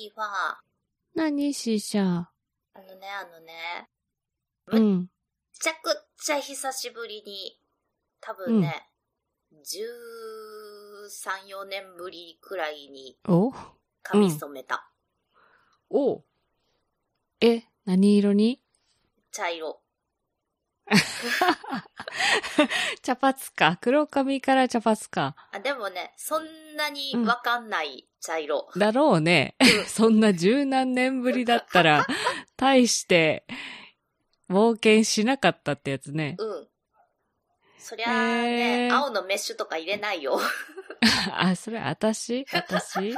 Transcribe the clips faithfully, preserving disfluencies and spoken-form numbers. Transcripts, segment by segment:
日は、 何ししゃ。 あのね、あのね、 うん。 めちゃくちゃ久しぶりに、多分ね、うん、じゅうさん、よねんぶりくらいに、 お髪染めた。 うん、おえ、何色に？ 茶色。 茶髪か。黒髪から茶髪か。 あ、でもね、そんなにわかんない茶色。 うん、だろうね。そんな十何年ぶりだったら、大して、冒険しなかったってやつね。 うん。そりゃあね、えー、青のメッシュとか入れないよ。 あ、それ私私い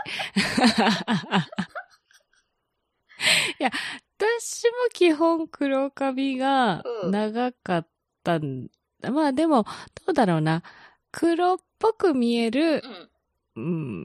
や、私も基本黒髪が長かったんだ。うん、まあでも、どうだろうな。黒っぽく見える、うん、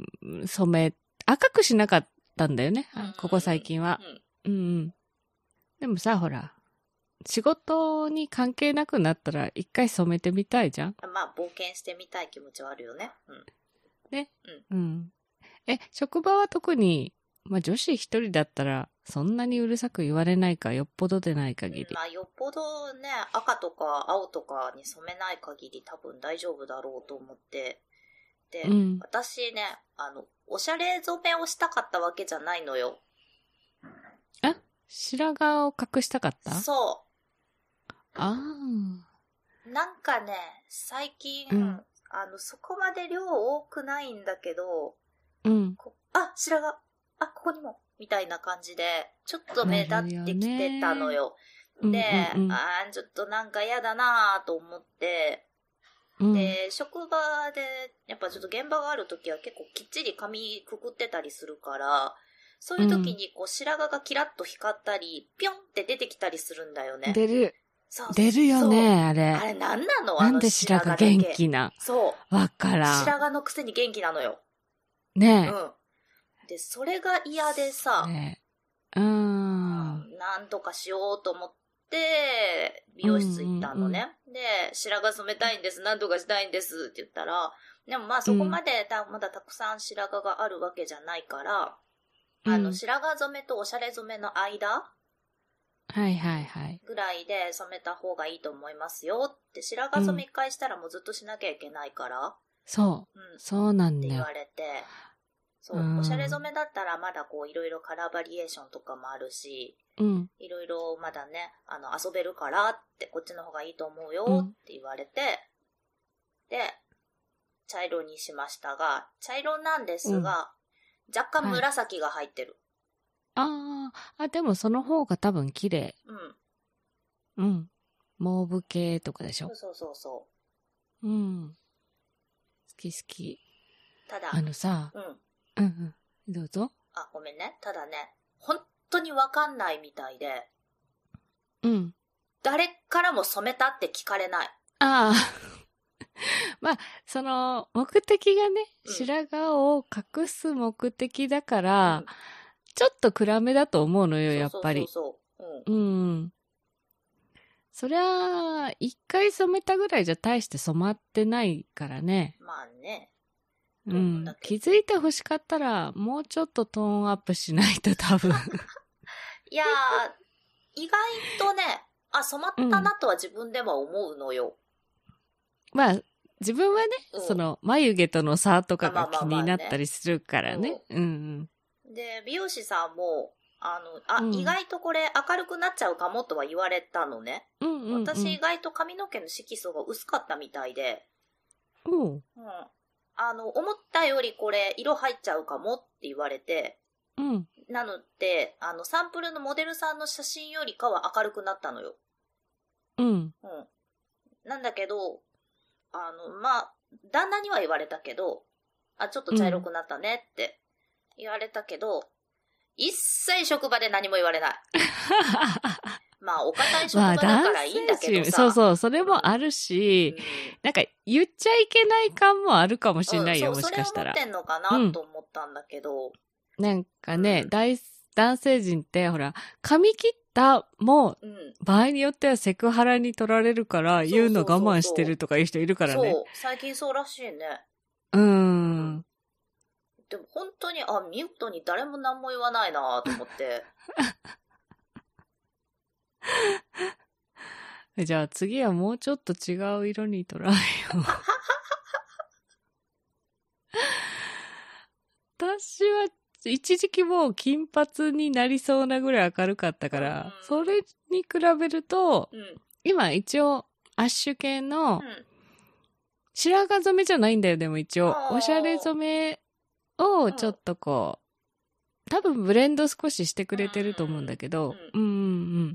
うん、染め、赤くしなかったんだよね。うん、ここ最近は。うん、うん。でもさ、ほら、仕事に関係なくなったら一回染めてみたいじゃん。 まあ、冒険してみたい気持ちはあるよね。うん。 ね。うん。うん。え、職場は特に、まあ女子一人だったらそんなにうるさく言われないか、よっぽどでない限り。 まあよっぽどね、赤とか青とかに染めない限り多分大丈夫だろうと思って。で、うん、私ね、あの、おしゃれ染めをしたかったわけじゃないのよ。 え？白髪を隠したかった？ そう。 ああ。なんかね、最近、うん、あの、そこまで量多くないんだけど、 うん。 あ、白髪、あ、ここにも、みたいな感じで、ちょっと目立ってきてたのよ。よで、うんうんうん、あーちょっとなんか嫌だなと思って、うん、で、職場で、やっぱちょっと現場があるときは結構きっちり髪くくってたりするから、そういうときにこう白髪がキラッと光ったり、ピョンって出てきたりするんだよね。 出る。そう出るよね、あれ。 あれなんなの？ なんで白髪元気な。 そう。 わからん。 白髪のくせに元気なのよ。 ねえ。 うん。で、それが嫌でさ、 ね、うーん。 なんとかしようと思って、美容室行ったのね。うんうんうん、で、白髪染めたいんです、なんとかしたいんですって言ったら、でもまあそこまでた、うん、まだたくさん白髪があるわけじゃないから、うん、あの、白髪染めとおしゃれ染めの間はいはいはい。 ぐらいで染めた方がいいと思いますよって、白髪染め一回したらもうずっとしなきゃいけないから。 そう。うん、そうなんだよ。 って言われて。そう、うん、おしゃれ染めだったらまだこういろいろカラーバリエーションとかもあるし、うん、いろいろまだね、あの遊べるからってこっちの方がいいと思うよって言われて、うん、で、茶色にしましたが、茶色なんですが、うん、若干紫が入ってる。 はい、ああ、でもその方が多分綺麗。うん。うん。モーブ系とかでしょ。 そうそうそうそう。 うん。好き好き。 ただ、 あのさ、うん。うんうん。どうぞ。 あ、ごめんね。ただね、本当にわかんないみたいで。 うん。 誰からも染めたって聞かれない。 ああ。まあ、その、目的がね、うん、白髪を隠す目的だから、うん、ちょっと暗めだと思うのよ、やっぱり。 そうそうそうそう。うん。うん。そりゃあ、一回染めたぐらいじゃ大して染まってないからね。 まあね。 うん。気づいて欲しかったら、もうちょっとトーンアップしないと多分。 いやー、意外とね、あ、染まったなとは自分では思うのよ。 うん、まあ、自分はね、うん、その、眉毛との差とかが気になったりするからね。うんうん。 で、美容師さんも、あの、あ、うん、意外とこれ明るくなっちゃうかもとは言われたのね。うんうんうん、私意外と髪の毛の色素が薄かったみたいで。 うん。うん。 あの、思ったよりこれ色入っちゃうかもって言われて。うん。なので、あの、サンプルのモデルさんの写真よりかは明るくなったのよ。うん。うん。なんだけど、あの、まあ、旦那には言われたけど、あ、ちょっと茶色くなったねって言われたけど、うん、一切職場で何も言われない。まあ、お堅い職場だからいいんだけどさ。 そうそう、それもあるし、うん、なんか言っちゃいけない感もあるかもしれないよ、うん、もしかしたら。 それ思ってんのかなと思ったんだけど。 うん、なんかね、うん、大、男性陣って、ほら、髪切ったも、うん、場合によってはセクハラに取られるから、言うの我慢してるとかいう人いるからね。 そう、最近そうらしいね。 うーん。 でも本当に、あ、ミュートに誰も何も言わないなと思って。 じゃあ次はもうちょっと違う色にトライを。私は一時期もう金髪になりそうなぐらい明るかったから、うん、それに比べると、うん、今一応アッシュ系の、うん、白髪染めじゃないんだよ、でも一応。おしゃれ染めをちょっとこう、多分ブレンド少ししてくれてると思うんだけど、うんうんうん。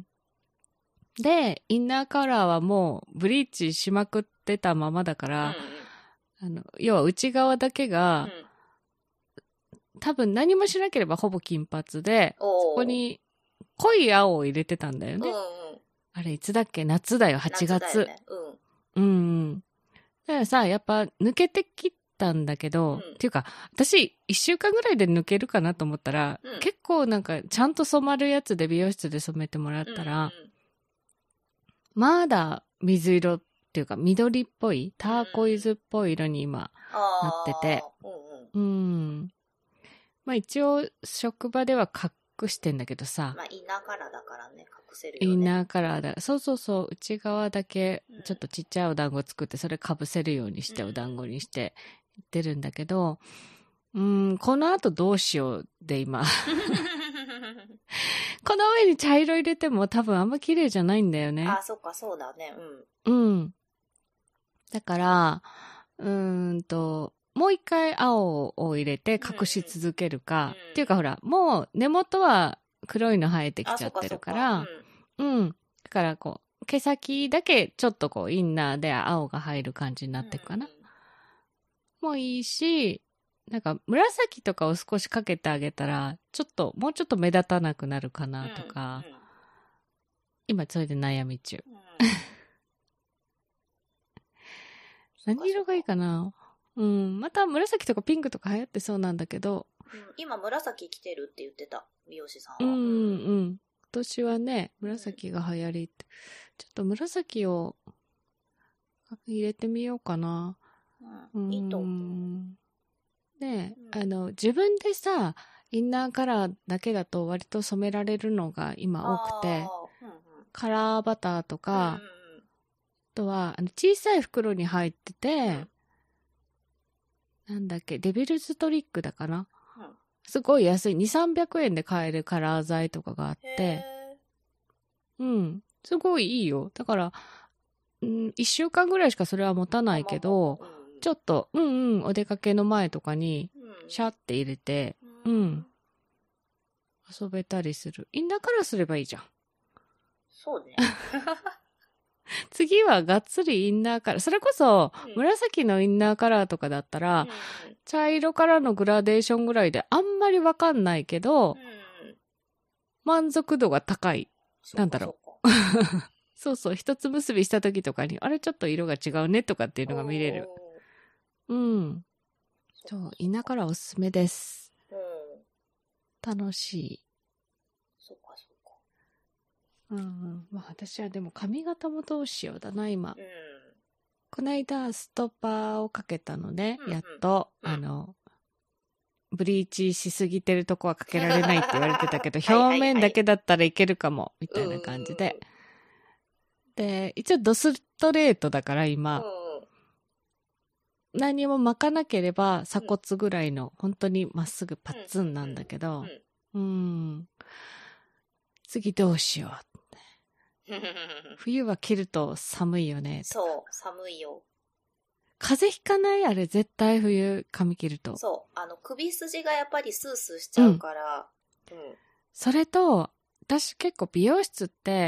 で、インナーカラーはもうブリーチしまくってたままだから、うん、あの、要は内側だけが、うん、多分何もしなければほぼ金髪で、そこに濃い青を入れてたんだよね。うんうん、あれいつだっけ？夏だよ、はちがつ。夏だよね、うん。うん。だからさ、やっぱ抜けてきたんだけど、うん、っていうか、私一週間ぐらいで抜けるかなと思ったら、うん、結構なんかちゃんと染まるやつで美容室で染めてもらったら、うんうん、まだ水色っていうか緑っぽい、ターコイズっぽい色に今なってて、うん、うん。まあ一応職場では隠してんだけどさ。 まあインナーカラーだからね、隠せるよね。 インナーカラーだ。そうそうそう、内側だけちょっとちっちゃいお団子作ってそれ被せるようにして、うん、お団子にして出るんだけど、うん、この後どうしようで今。この上に茶色入れても多分あんま綺麗じゃないんだよね。 あ、そっか、そうだね。 うん。うん。だから、うーんと、もう一回青を入れて隠し続けるか。うんうん、っていうかほら、もう根元は黒いの生えてきちゃってるから、うん、うん。だからこう、毛先だけちょっとこう、インナーで青が入る感じになっていくかな。うんうん、もういいし、なんか紫とかを少しかけてあげたら、ちょっと、もうちょっと目立たなくなるかなとか、うんうん、今それで悩み中。うん、何色がいいかな？うん、また紫とかピンクとか流行ってそうなんだけど、 うん、今紫着てるって言ってた、美容師さんは。うんうんうん。今年はね、紫が流行りって、うん、ちょっと紫を入れてみようかな。 うん、いいと思う。 ね、うん、あの、自分でさ、インナーカラーだけだと割と染められるのが今多くて、うんうん、カラーバターとか、うんうん、あとはあの小さい袋に入ってて、うん、なんだっけ、デビルズトリックだかな、うん、すごい安い、にせんさんびゃくえんで買えるカラー剤とかがあって、うん、すごいいいよ。だから、うん、いっしゅうかんぐらいしかそれは持たないけど、うん、ちょっと、うんうん、お出かけの前とかに、シャッて入れて、うん、うん、遊べたりする。インナーカラーすればいいじゃん。 そうね。 次はがっつりインナーカラー。それこそ、紫のインナーカラーとかだったら、うん、茶色からのグラデーションぐらいであんまりわかんないけど、うん、満足度が高い。なんだろう。そうそう、一つ結びした時とかに、あれちょっと色が違うねとかっていうのが見れる。うん。そう、インナーカラーおすすめです。うん、楽しい。 そっかそっか。 うんうん。まあ私はでも髪型もどうしようだな、今。うん、この間ストッパーをかけたので、うんうん、やっと、うん、あの、ブリーチしすぎてるとこはかけられないって言われてたけど、表面だけだったらいけるかも、みたいな感じで。で、一応ドストレートだから今、うん、何も巻かなければ鎖骨ぐらいの、うん、本当にまっすぐパッツンなんだけど、うん、うん、次どうしようって。冬は着ると寒いよね。 そう、寒いよ。 風邪ひかない？あれ絶対冬髪切ると。 そう、あの首筋がやっぱりスースーしちゃうから。うん。うん、 それと、私結構美容室って、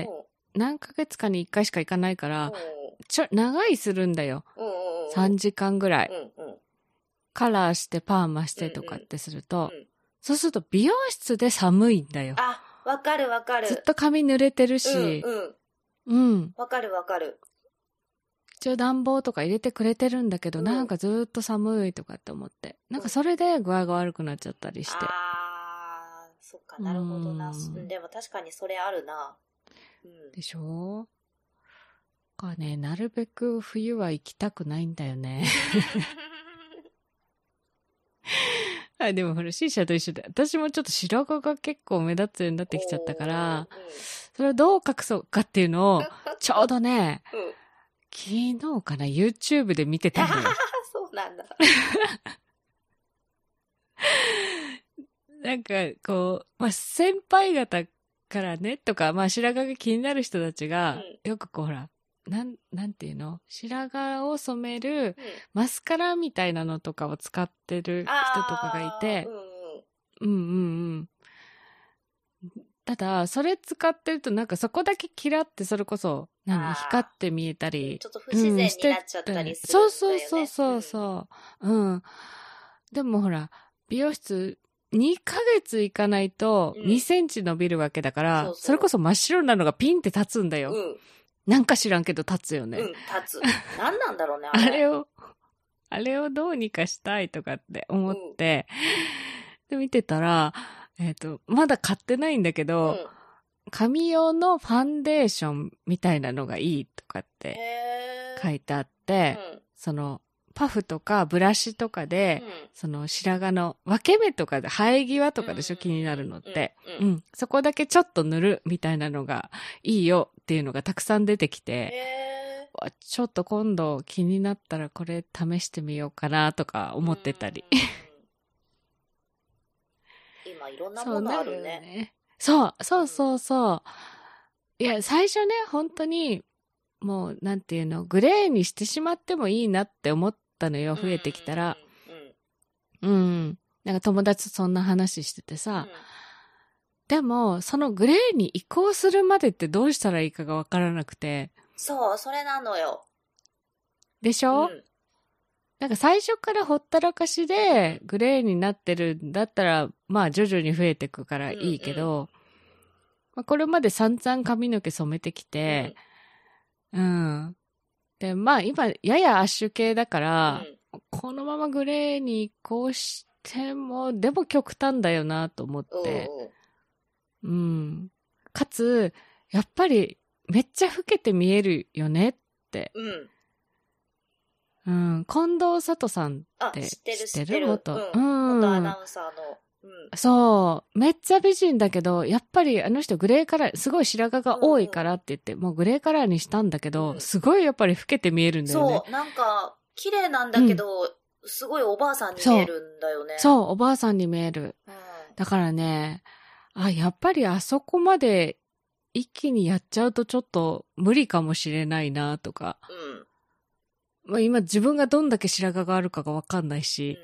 何ヶ月かにいっかいしか行かないから、ちょ、長いするんだよ。うんうんうん、さんじかんぐらい、うんうん。カラーしてパーマしてとかってすると、うんうん、そうすると美容室で寒いんだよ。 あ、わかるわかる。 ずっと髪濡れてるし。うん、うん。うん。 わかるわかる。 一応暖房とか入れてくれてるんだけど、うん、なんかずっと寒いとかって思って。なんかそれで具合が悪くなっちゃったりして。 ああ、そっか、なるほどな。でも確かにそれあるな。 うん、でしょ？かね、なるべく冬は行きたくないんだよね。 あ、でもほら、シーシャと一緒で、私もちょっと白髪が結構目立つようになってきちゃったから、うん、それをどう隠そうかっていうのを、ちょうどね、うん、昨日かな、YouTube で見てたんだよ。 そうなんだ。 なんか、こう、まあ、先輩方からね、とか、まあ、白髪が気になる人たちが、うん、よくこう、ほら、なん、なんていうの？白髪を染める、マスカラみたいなのとかを使ってる人とかがいて、うん、うんうんうん。ただ、それ使ってるとなんかそこだけキラってそれこそ、何？光って見えたり。 ちょっと不自然になっちゃったりするんだよね。 そうそうそうそうそう、うん。うん。でもほら、美容室、にかげつ行かないとにセンチ伸びるわけだから、うん、そうそう、それこそ真っ白なのがピンって立つんだよ。うん。なんか知らんけど立つよね。 うん、立つ。何なんだろうね、 あれ。あれを、あれをどうにかしたいとかって思って、うん、で見てたら、えっと、まだ買ってないんだけど、うん、髪用のファンデーションみたいなのがいいとかって書いてあって、うん、その、パフとかブラシとかで、うん、その白髪の分け目とかで生え際とかでしょ、うん、気になるのって、うん、うん。そこだけちょっと塗るみたいなのがいいよっていうのがたくさん出てきて、ちょっと今度気になったらこれ試してみようかなとか思ってたり。 今いろんなものあるね。 そう、そうそうそう。いや、最初ね、本当に、もう、なんていうの、グレーにしてしまってもいいなって思ったのよ、増えてきたら。うん、うんうん。なんか友達とそんな話しててさ。うん、でも、そのグレーに移行するまでってどうしたらいいかがわからなくて。 そう、それなのよ。 でしょ？うん、なんか最初からほったらかしでグレーになってるんだったら、まあ徐々に増えてくからいいけど、うんうん、まあ、これまで散々髪の毛染めてきて、うん、うん。で、まあ今、ややアッシュ系だから、うん、このままグレーに移行しても、でも極端だよなと思って、うん。かつ、やっぱりめっちゃ老けて見えるよねって。うんうん、近藤佐藤さんって知ってる知ってる元、 うん、元アナウンサーの、 うん、そう、めっちゃ美人だけど、やっぱりあの人グレーカラー、すごい白髪が多いからって言って、うんうん、もうグレーカラーにしたんだけど、うん、すごいやっぱり老けて見えるんだよね。 そう、なんか、綺麗なんだけど、うん、すごいおばあさんに見えるんだよね。 そう、そうおばあさんに見える。うん、だからね、あ、やっぱりあそこまで一気にやっちゃうとちょっと無理かもしれないなとか。うんまあ、今自分がどんだけ白髪があるかがわかんないし、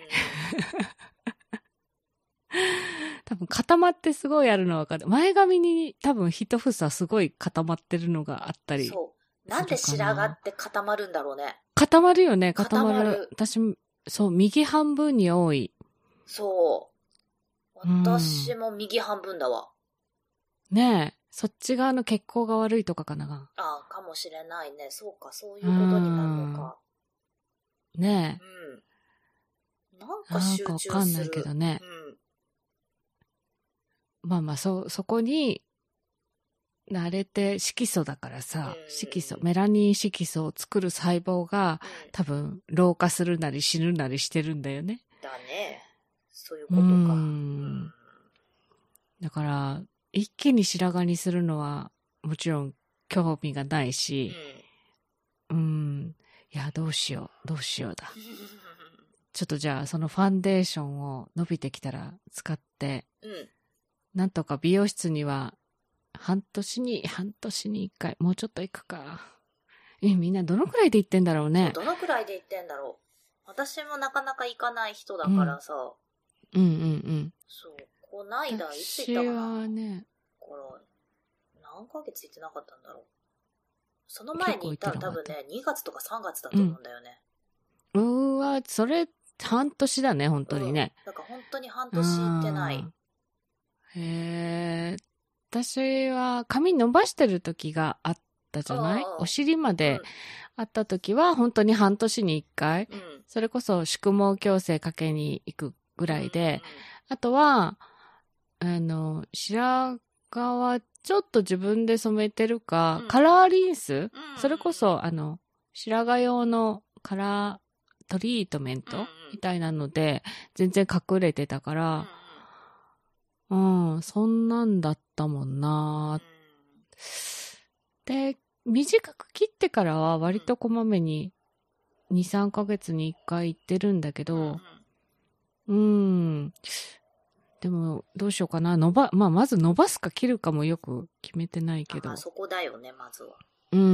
うん、多分固まってすごいあるのはわかる。前髪に多分一房すごい固まってるのがあったりするかな。そう。 なんで白髪って固まるんだろうね。 固まるよね、固まる。固まる私、そう、右半分に多い。 そう。私も右半分だわ。 うん、ねえ。そっち側の血行が悪いとかかな。 ああ、かもしれないね。そうか、そういうことになるのか。 ねえ。 うん。なんか集中する。なんかわかんないけどね。うん、まあまあ、そ、そこに、あれって色素だからさ、うん、色素、メラニン色素を作る細胞が、うん、多分、老化するなり死ぬなりしてるんだよね。 だね。そういうことか。うん、 だから、一気に白髪にするのは、もちろん興味がないし、うん、うんいや、どうしよう、どうしようだ。ちょっとじゃあ、そのファンデーションを伸びてきたら使って、うん、なんとか美容室には、半年に、半年に一回、もうちょっと行くか。え、みんなどのくらいで行ってんだろうね。 どのくらいで行ってんだろう。私もなかなか行かない人だからさ。 うん、うん、うんうん。 そう。こないだ、いつ行ったかな。 私はね。 これ、何ヶ月行ってなかったんだろう。その前に行ったら多分ね、にがつとかさんがつだと思うんだよね。 うん、うーわ、それ、半年だね、本当にね。 うん、だから本当に半年行ってない。 へー。私は髪伸ばしてる時があったじゃない？お尻まであった時は本当に半年に一回、うん、それこそ宿毛矯正かけに行くぐらいで、うんうん、あとは、あの、白髪はちょっと自分で染めてるか、うん、カラーリンス、うん、それこそ、あの、白髪用のカラートリートメントみたいなので、全然隠れてたから、うん、うん、そんなんだったもんな。で、短く切ってからは割とこまめにに、さんかげつにいっかい行ってるんだけど、うん、うん。でも、どうしようかな。伸ば、まあ、まず伸ばすか切るかもよく決めてないけど。 あ、そこだよね、まずは。 うん、うん、うん。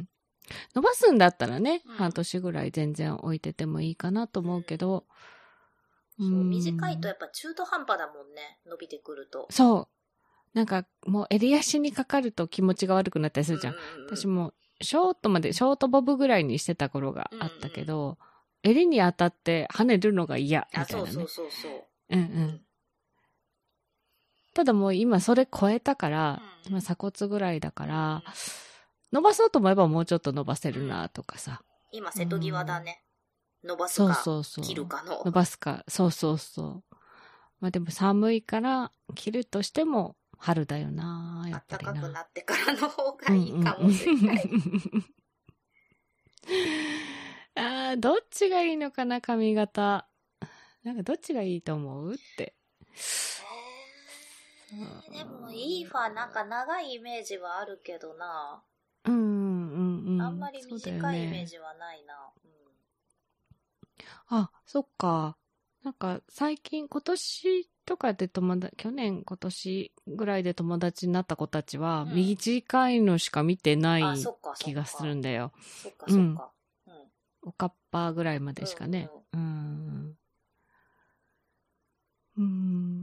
伸ばすんだったらね、うん、半年ぐらい全然置いててもいいかなと思うけど。 うん、そう、短いとやっぱ中途半端だもんね、伸びてくると。 そう。なんか、もう襟足にかかると気持ちが悪くなったりするじゃん。うんうんうん、私も、ショートまで、ショートボブぐらいにしてた頃があったけど、うんうん、襟に当たって跳ねるのが嫌、みたいなね。 あ、そうそうそうそう。 うんうん。ただもう今それ超えたから、うん、今鎖骨ぐらいだから、うん、伸ばそうと思えばもうちょっと伸ばせるなとかさ。 うん、今瀬戸際だね。うん、伸ばすか、そうそうそう切るかの。 伸ばすか、そうそうそう。まあでも寒いから切るとしても春だよな、やっぱりな。 暖かくなってからの方がいいかもしれない。うんうん、 あー、どっちがいいのかな、髪型。なんかどっちがいいと思うって。 でもイーファなんか長いイメージはあるけどな。 うんうんうん。 あんまり短いイメージはないな。う、ね、 うん、あ、そっか。なんか最近今年とかで友達、去年今年ぐらいで友達になった子たちは、短いのしか見てない気がするんだよ。 そっかそっか。 うん。おかっぱぐらいまでしかね。うん、うん。うん、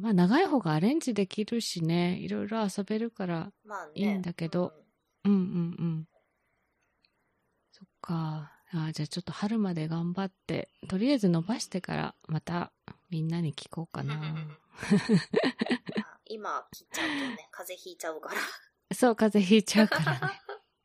まあ長い方がアレンジできるしね、いろいろ遊べるからいいんだけど、まあね、うん、うんうんうんそっか。あ、じゃあちょっと春まで頑張って、とりあえず伸ばしてからまたみんなに聞こうかな。 今切っちゃうとね、風邪ひいちゃうから。 そう、風邪ひいちゃうからね。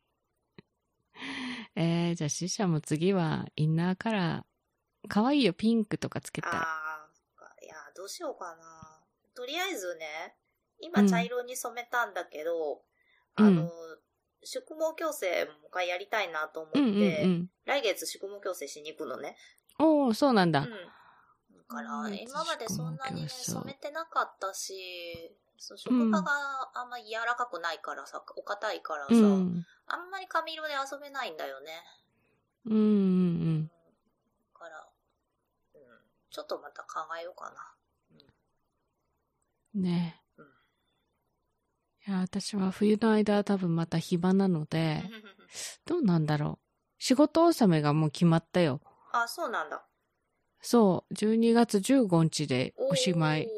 えー、じゃあシシャも次はインナーカラー、かわいいよ、ピンクとかつけたら。 あー、いや、どうしようかな。とりあえずね、今茶色に染めたんだけど、うん、あの、宿毛矯正もう一回やりたいなと思って、うんうんうん、来月宿毛矯正しに行くのね。 おー、そうなんだ。うん、だから、今までそんなにね、染めてなかったし、そう職場があんまり柔らかくないからさ、お堅いからさ、うん、あんまり髪色で遊べないんだよね。 うんうんうん。 だから、うん、ちょっとまた考えようかな。 うん、ねえ。うん、いや、私は冬の間多分また暇なので、どうなんだろう。仕事納めがもう決まったよ。 あ、そうなんだ。 そう、じゅうにがつじゅうごにちでおしまい。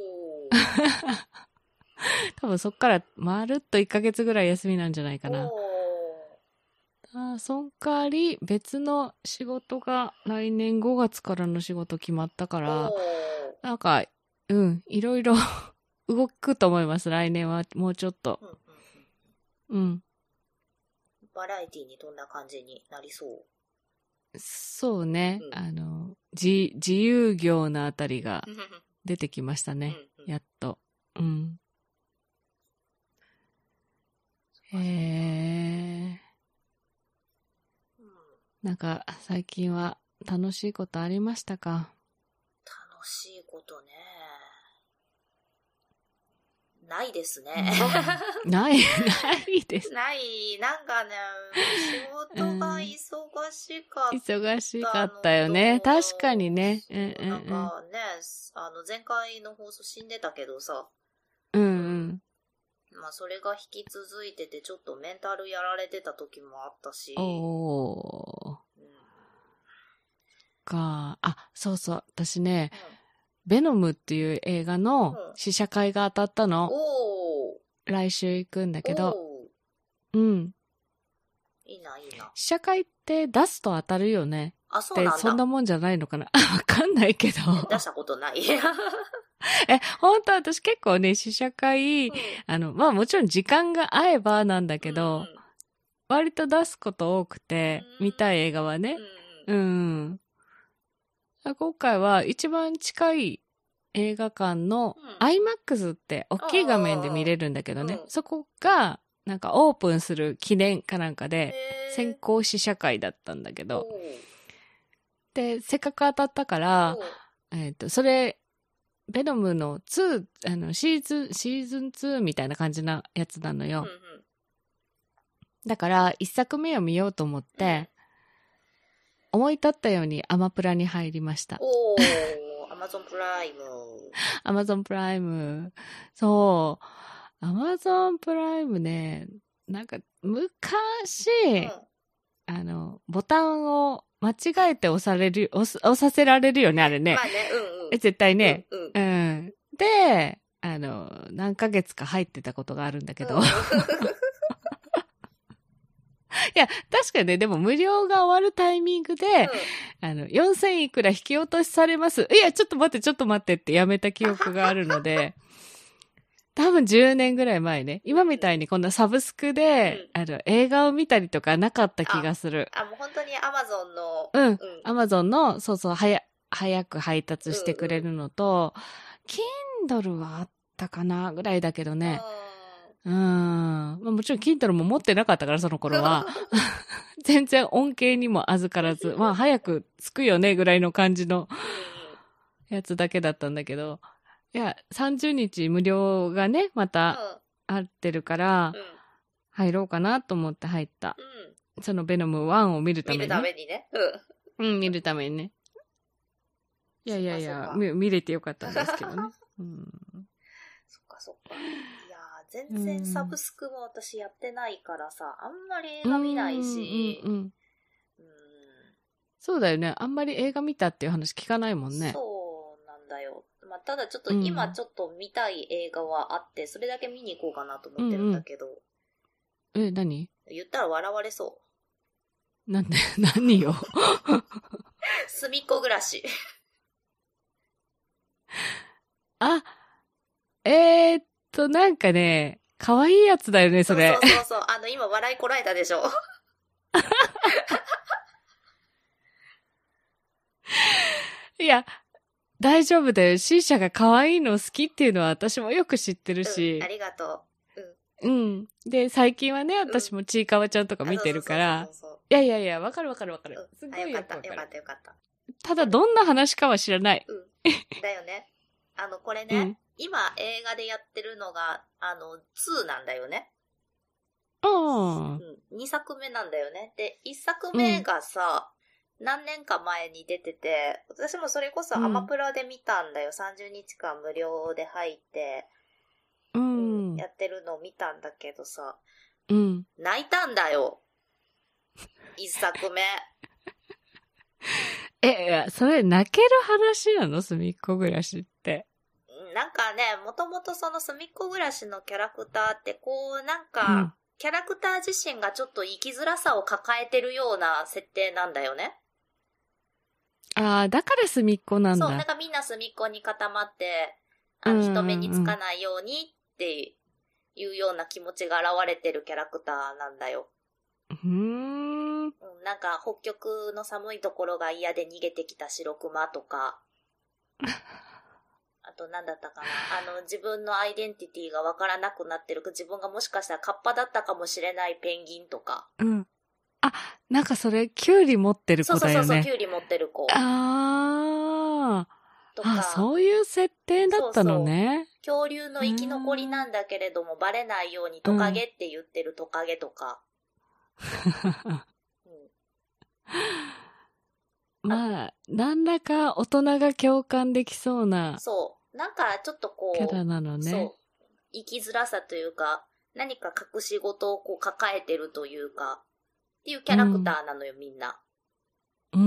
多分そっからまるっといっかげつぐらい休みなんじゃないかな。あ、その代わり別の仕事が来年ごがつからの仕事決まったから、なんか、うん、いろいろ動くと思います、来年はもうちょっと。うん、うんうん。 バラエティにどんな感じになりそう？ そうね、うん、あの、自、自由業なあたりが出てきましたね、うんうん、やっと。うん。へえー、うん。なんか、最近は楽しいことありましたか？ 楽しいことね。ないですね。 うん、ない、ないです。 ない、なんかね、仕事が忙しかった、うん。 忙しかったよね。確かにね。 うんうんうん、なんかね、あの、前回の放送死んでたけどさ。 うんうん。 まあ、それが引き続いてて、ちょっとメンタルやられてた時もあったし。 おー。うん、か、あ、そうそう、私ね、うんベノムっていう映画の試写会が当たったの。 おー来週行くんだけど。うん。 いいな、いいな。 試写会って出すと当たるよね。 あ、そうなんだ。 そんなもんじゃないのかなわかんないけど。 出したことない。 え、本当私結構ね、試写会、うん、あの、まあもちろん時間が合えばなんだけど、うん、割と出すこと多くて、うん、見たい映画はね。うん。うん今回は一番近い映画館の アイマックス って大きい画面で見れるんだけどね、うん、そこがなんかオープンする記念かなんかで先行試写会だったんだけど、 で、せっかく当たったから、えっと、それ、ベノムのに、あの、シーズン、シーズンツーみたいな感じなやつなのよ。うんうん、だから、一作目を見ようと思って、うん、思い立ったようにアマプラに入りました。 おー、アマゾンプライム。 アマゾンプライム。そう。アマゾンプライムね、なんか、昔、うん、あの、ボタンを間違えて押される、押す、押させられるよね、あれね。 まあね、うんうん。 え、絶対ね。 うん、うん。 うん。で、あの、何ヶ月か入ってたことがあるんだけど。うん、いや、確かにね、でも無料が終わるタイミングで、うん、あの、よんせんいくら引き落としされます。いや、ちょっと待って、ちょっと待ってってやめた記憶があるので、多分じゅうねんぐらい前ね。今みたいにこんなサブスクで、うん、あの、映画を見たりとかなかった気がする。 あ、あもう本当にアマゾンの。 うん。アマゾンの、そうそう、はや、早く配達してくれるのと、うんうん、Kindle はあったかなぐらいだけどね。うん。まあ、もちろん Kindle も持ってなかったから、その頃は。全然恩恵にも預からず、まあ早く着くよねぐらいの感じのやつだけだったんだけど。いや、さんじゅうにち無料がね、また合ってるから、うん、入ろうかなと思って入った。うん、そのベノムワンを見るために。見るためにね。 うん。うん、見るためにね。いやいやいや、見, 見れてよかったんですけどね。うん、 そっかそっか。いや全然サブスクも私やってないからさ、あんまり映画見ないし。 うんうんうん、そうだよね。あんまり映画見たっていう話聞かないもんね。 そうなんだよ。まあ、ただちょっと今ちょっと見たい映画はあって、それだけ見に行こうかなと思ってるんだけど。 うんうん、え、何？ 言ったら笑われそう。 なんで、何よ。 隅っこ暮らし。 あ、えー、っと、なんかね、可愛いやつだよね、それ。 そうそうそうそう。あの、今笑いこらえたでしょ。 いや、大丈夫だよ。シーシャが可愛いの好きっていうのは私もよく知ってるし。 うん、ありがとう。うん。うん。で、最近はね、私もちいかわちゃんとか見てるから。いやいやいや、わかるわかるわかる。すごいよくわかる。 よかったよかった。 ただ、どんな話かは知らない。 うん。だよね。あの、これね、うん、今映画でやってるのが、あの、になんだよね。 うん。 にさくめなんだよね。で、いっさくめがさ、うん、何年か前に出てて、私もそれこそアマプラで見たんだよ。うん、さんじゅうにちかん無料で入って、 うん、 うん、やってるのを見たんだけどさ、 うん、 泣いたんだよ。いっさくめ。 え、それ泣ける話なの？すみっこ暮らしって。 なんかね、もともとそのすみっこ暮らしのキャラクターって、こう、なんか、うん、キャラクター自身がちょっと生きづらさを抱えてるような設定なんだよね。 ああ、だからすみっこなんだ。 そう、なんかみんなすみっこに固まって、あの、人目につかないようにっていうような気持ちが現れてるキャラクターなんだよ。 うーん。 なんか、北極の寒いところが嫌で逃げてきた白熊とか、あと何だったかな。あの、自分のアイデンティティがわからなくなってる。自分がもしかしたらカッパだったかもしれないペンギンとか。 うん。あ、なんかそれ、キュウリ持ってる子だよね。 そうそうそう、キュウリ持ってる子。 あー。とか。あ、そういう設定だったのね。 そうそう。恐竜の生き残りなんだけれども、バレないようにトカゲって言ってるトカゲとか。 うん、まあ、何らか大人が共感できそうな。 そう。なんかちょっとこう。 キャラなのね。 そう。生きづらさというか、何か隠し事をこう抱えてるというか、っていうキャラクターなのよ、うん、みんな。 うん。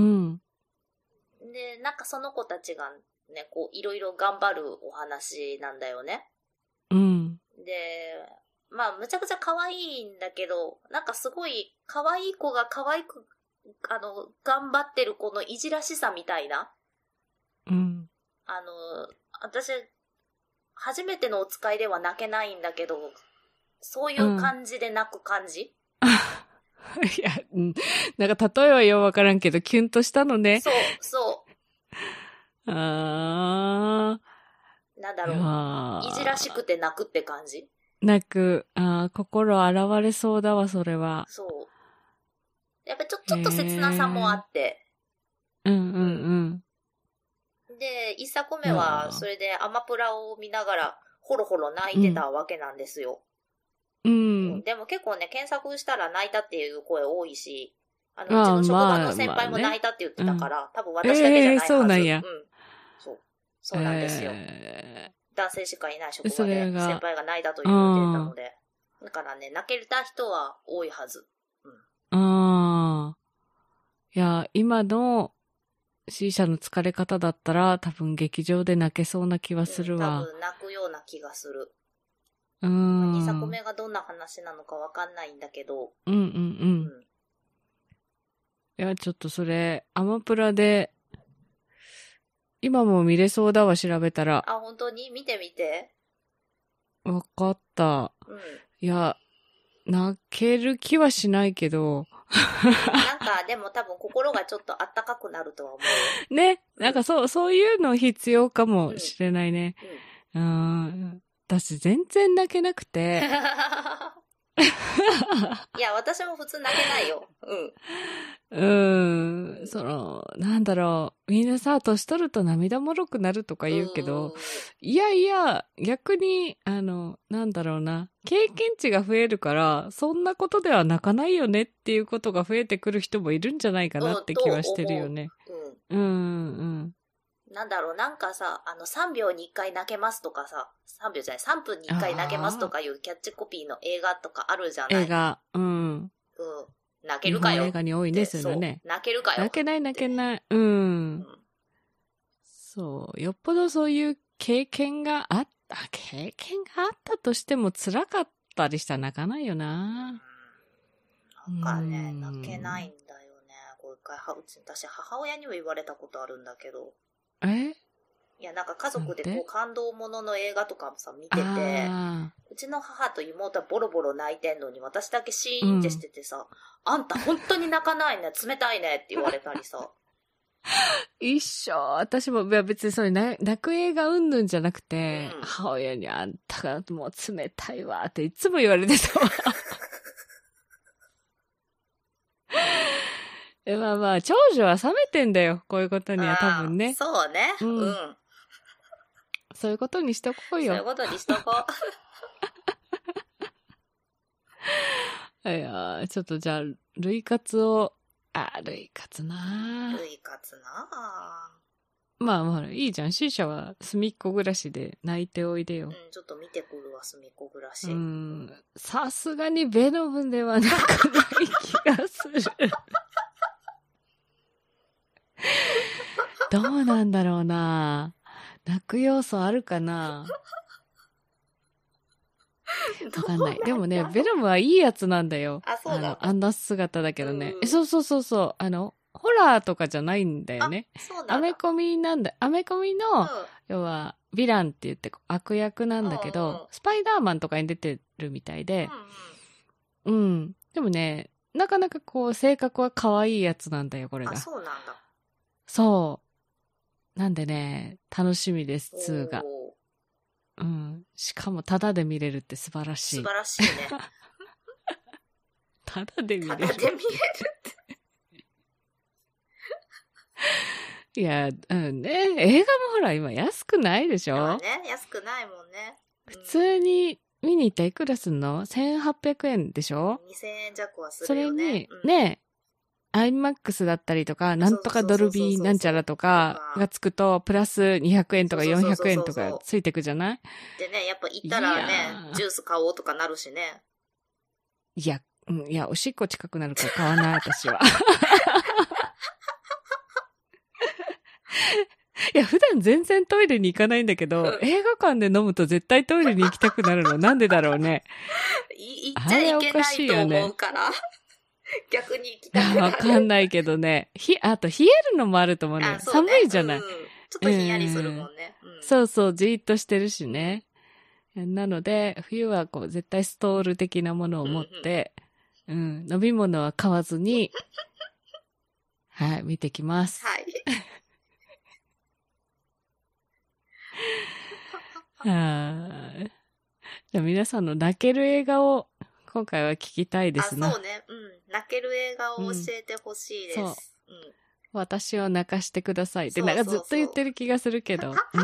で、なんかその子たちがね、こう、いろいろ頑張るお話なんだよね。 うん。 で、まあ、むちゃくちゃ可愛いんだけど、なんかすごい可愛い子が可愛く、あの、頑張ってる子のいじらしさみたいな。 うん。 あの、私、初めてのお使いでは泣けないんだけど、そういう感じで泣く感じ、 うん、いや、うん。なんか例えはようわからんけど、キュンとしたのね。 そう、そう。 あー。なんだろう。いじらしくて泣くって感じ泣く。ああ、心洗われそうだわ、それは。 そう。やっぱちょ、ちょっと切なさもあって。 ううんうんうん。で、一作目は、それでアマプラを見ながら、ほろほろ泣いてたわけなんですよ。 うん。うん、 でも結構ね、検索したら泣いたっていう声多いし、あの、うちの職場の先輩も泣いたって言ってたから、まあまあね、多分私だけじゃないはず。えー、そうなんや。うん。そう。そうなんですよ。えー、男性しかいない職場で先輩が泣いたと言ってたので。だからね、泣けた人は多いはず。うん。 ああ。いや、今の C 社の疲れ方だったら多分劇場で泣けそうな気はするわ。 うん、多分泣くような気がする。 うん。 にさこめがどんな話なのかわかんないんだけど。 うんうんうん。うん、いや、ちょっとそれ、アマプラで、今も見れそうだわ、調べたら。 あ、本当に見てみて。 わかった。うん。いや、泣ける気はしないけど。 なんか、でも多分心がちょっとあったかくなるとは思う。ね。なんかそう、そういうの必要かもしれないね。うん。うん、私全然泣けなくて。 いや、私も普通泣けないよ。うん。 うーん、その、なんだろう。みんなさ、年取ると涙もろくなるとか言うけど、いやいや、逆に、あの、なんだろうな。経験値が増えるから、そんなことでは泣かないよねっていうことが増えてくる人もいるんじゃないかなって気はしてるよね。うん、うん、うん。 なんだろう、なんかさ、あの、さんびょうにいっかい泣けますとかさ、さんびょうじゃない、さんぷんにいっかい泣けますとかいうキャッチコピーの映画とかあるじゃない。 映画、うん。うん。 泣けるかよ。 映画に多いね、そういうのね。 泣けるかよ。 泣けない泣けない。うん。うん、そう。よっぽどそういう経験があった、経験があったとしても辛かったりしたら泣かないよな。 なんかね、泣けないんだよね。こう一回、うち、私母親にも言われたことあるんだけど。 えいや、なんか家族でこう感動ものの映画とかもさ、見てて、うちの母と妹はボロボロ泣いてんのに、私だけシーンってしててさ、うん、あんた本当に泣かないね、冷たいねって言われたりさ。 一緒。私も別にそれ泣く映画うんぬんじゃなくて、うん、母親にあんたがもう冷たいわっていつも言われてたわ。まあまあ、長女は冷めてんだよ。こういうことには多分ね。 そうね。うん。うん、 そういうことにしとこうよ。 そういうことにしとこう。いやちょっとじゃあ、類活を、あ、類活な類活なまあまあ、いいじゃん。C 社は隅っこ暮らしで泣いておいでよ。 うん、ちょっと見てくるわ、隅っこ暮らし。 うん。さすがにベノムではなくない気がする。どうなんだろうな。泣く要素あるかな。わかんない。でもね、ベノムはいいやつなんだよ。 あ、そうだ。あの、あんな姿だけどね。え、そうそうそうそう。あの、ホラーとかじゃないんだよね。 そうだ。 アメコミなんだ。アメコミの、うん、要は、ヴィランって言って悪役なんだけど、うんうん、スパイダーマンとかに出てるみたいで、うん、うん、うん。でもね、なかなかこう、性格は可愛いやつなんだよ、これが。 あ、そうなんだ。 そう。なんでね、楽しみです、ツーが。うん。しかも、タダで見れるって素晴らしい。 素晴らしいね。 タダで見れる。 タダで見れるって。 いや、うんね。映画もほら、今安くないでしょ？ まあね、安くないもんね。 うん、普通に見に行ったらいくらすんの？ せんはっぴゃくえんでしょ？ にせんえん弱はするよね。 それに、うん、ね、アイマックス だったりとか、なんとかドルビーなんちゃらとかがつくと、プラスにひゃくえんとかよんひゃくえんとかついてくじゃない？ でね、やっぱ行ったらね、ジュース買おうとかなるしね。 いや、うん、いや、おしっこ近くなるから買わない、私は。いや、普段全然トイレに行かないんだけど、映画館で飲むと絶対トイレに行きたくなるの。なんでだろうね。 い行っちゃいけないと思うから。逆に行きたくなる。 わかんないけどね。ひ、あと冷えるのもあると思うね。ね、寒いじゃない、うん。ちょっとひんやりするもんね。 うん、そうそう、じーっとしてるしね。なので、冬はこう、絶対ストール的なものを持って、うん、うん、飲み物は買わずに、はい、見てきます。 はい。 はあ、じゃあ皆さんの泣ける映画を今回は聞きたいですね。 あ、そうね。うん。泣ける映画を教えてほしいです。うん。そう。 私を泣かしてくださいって、なんかずっと言ってる気がするけど。うん。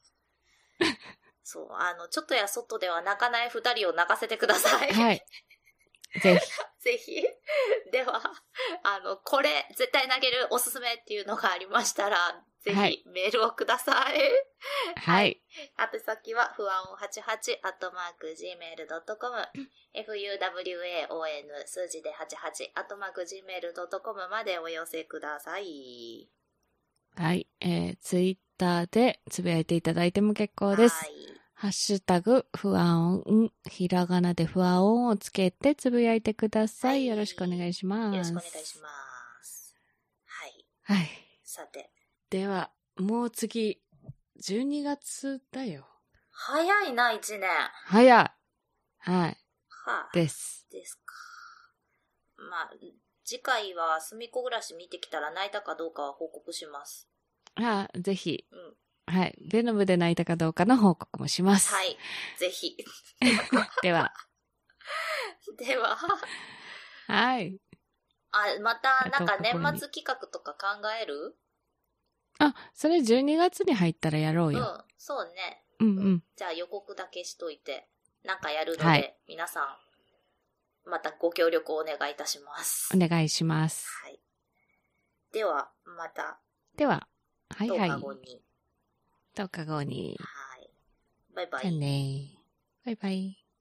そう、あの、ちょっとやそっとでは泣かない二人を泣かせてください。 はい。ぜひ。 ぜひ。では、あの、これ、絶対投げるおすすめっていうのがありましたら、ぜひメールをください。 はい。 宛先は、ふわおんはちはち、アットマーク、ジーメールドットコム、フユーダブリューエーオーエヌ、数字ではちはち、アットマーク、ジーメールドットコム までお寄せください。 はい。えー、ツイッターでつぶやいていただいても結構です。はい。ハッシュタグ、ふわおん、ひらがなでふわおんをつけてつぶやいてください。はい、よろしくお願いします。 よろしくお願いします。はい。 はい。 さて。 では、もう次、じゅうにがつだよ。 早いな、一年。 早い。はい。はあ、 です。 ですか。まあ、次回はすみっこ暮らし見てきたら泣いたかどうかは報告します。 ああ、ぜひ。 うん。 はい。ベノムで泣いたかどうかの報告もします。 はい。ぜひ。 では。 では。 はい。 あ、また、なんか年末企画とか考える？ あ、それじゅうにがつに入ったらやろうよ。 うん、そうね。 うんうん。 じゃあ予告だけしといて、なんかやるので、はい、皆さん、またご協力をお願いいたします。 お願いします。 はい。では、また。 では、はいはい。 とおかごに。 とおかごに。 はい。バイバイ。 じゃあね。バイバイ。